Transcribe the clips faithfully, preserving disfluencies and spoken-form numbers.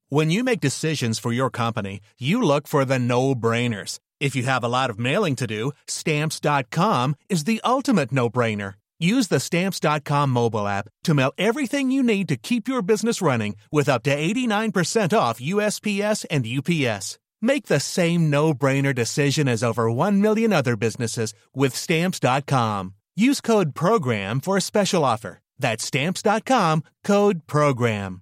When you make decisions for your company, you look for the no-brainers. If you have a lot of mailing to do, Stamps dot com is the ultimate no-brainer. Use the Stamps dot com mobile app to mail everything you need to keep your business running with up to eighty-nine percent off U S P S and U P S. Make the same no-brainer decision as over one million other businesses with Stamps dot com. Use code PROGRAM for a special offer. That's Stamps dot com, code PROGRAM.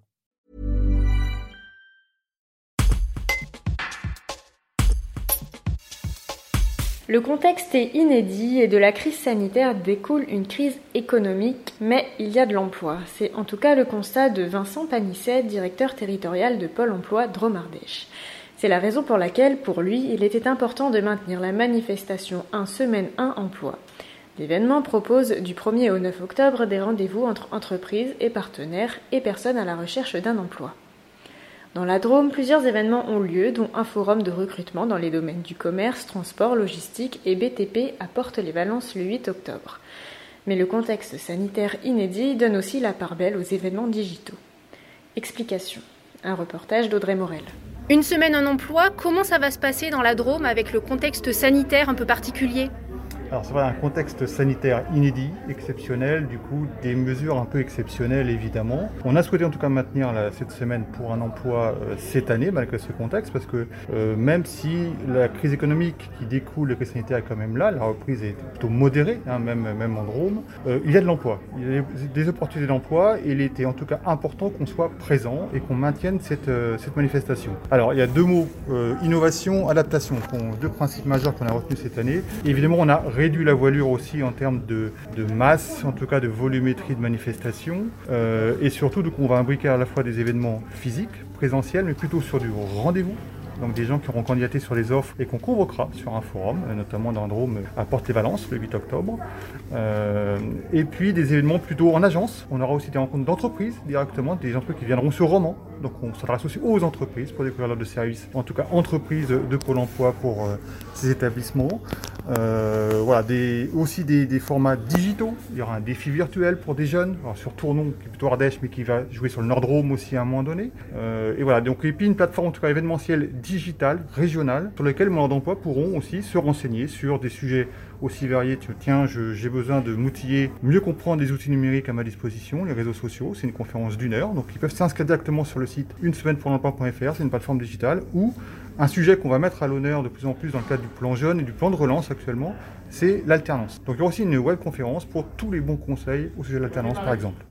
Le contexte est inédit et de la crise sanitaire découle une crise économique, mais il y a de l'emploi. C'est en tout cas le constat de Vincent Panisset, directeur territorial de Pôle emploi Drôme-Ardèche. C'est la raison pour laquelle, pour lui, il était important de maintenir la manifestation un semaine un emploi. L'événement propose du premier au neuf octobre des rendez-vous entre entreprises et partenaires et personnes à la recherche d'un emploi. Dans la Drôme, plusieurs événements ont lieu, dont un forum de recrutement dans les domaines du commerce, transport, logistique et B T P à Portes-les-Valences le huit octobre. Mais le contexte sanitaire inédit donne aussi la part belle aux événements digitaux. Explication. Un reportage d'Audrey Morel. Une semaine en emploi, comment ça va se passer dans la Drôme avec le contexte sanitaire un peu particulier ? Alors c'est vrai, un contexte sanitaire inédit, exceptionnel, du coup des mesures un peu exceptionnelles évidemment. On a souhaité en tout cas maintenir la, cette semaine pour un emploi euh, cette année malgré ce contexte parce que euh, même si la crise économique qui découle de la crise sanitaire est quand même là, la reprise est plutôt modérée, hein, même, même en Drôme, euh, il y a de l'emploi, il y a des opportunités d'emploi et il était en tout cas important qu'on soit présent et qu'on maintienne cette, euh, cette manifestation. Alors il y a deux mots, euh, innovation, adaptation, deux principes majeurs qu'on a retenus cette année. Et évidemment on a réduit la voilure aussi en termes de, de masse, en tout cas de volumétrie de manifestation. Euh, et surtout, donc, on va imbriquer à la fois des événements physiques, présentiels, mais plutôt sur du rendez-vous. Donc des gens qui auront candidaté sur les offres et qu'on convoquera sur un forum, notamment dans le Drôme à Portes-les-Valences le huit octobre. Euh, et puis des événements plutôt en agence. On aura aussi des rencontres d'entreprises directement, des entreprises qui viendront sur Romans. Donc on s'adresse aussi aux entreprises pour découvrir l'offre de services, en tout cas entreprises de Pôle emploi pour euh, ces établissements. Euh, voilà, des, aussi des, des formats digitaux. Il y aura un défi virtuel pour des jeunes, alors sur Tournon, qui est plutôt Ardèche, mais qui va jouer sur le Nord-Drôme aussi à un moment donné. Euh, et voilà, donc et puis une plateforme en tout cas événementielle digitale, régionale, sur laquelle les demandeurs d'emploi pourront aussi se renseigner sur des sujets aussi variés. Tiens, je, j'ai besoin de m'outiller, mieux comprendre les outils numériques à ma disposition, les réseaux sociaux. C'est une conférence d'une heure, donc ils peuvent s'inscrire directement sur le site une semaine pour l'emploi point f r. C'est une plateforme digitale où un sujet qu'on va mettre à l'honneur de plus en plus dans le cadre du plan jeune et du plan de relance actuellement, c'est l'alternance. Donc il y aura aussi une web conférence pour tous les bons conseils au sujet de l'alternance par exemple.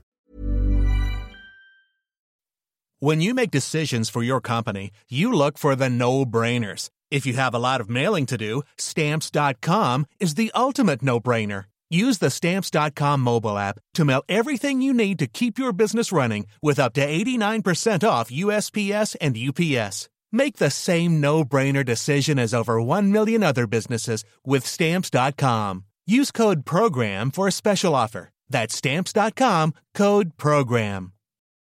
When you make decisions for your company, you look for the no-brainers. If you have a lot of mailing to do, Stamps dot com is the ultimate no-brainer. Use the Stamps dot com mobile app to mail everything you need to keep your business running with up to eighty-nine percent off U S P S and U P S. Make the same no-brainer decision as over one million other businesses with Stamps dot com. Use code PROGRAM for a special offer. That's Stamps dot com, code PROGRAM.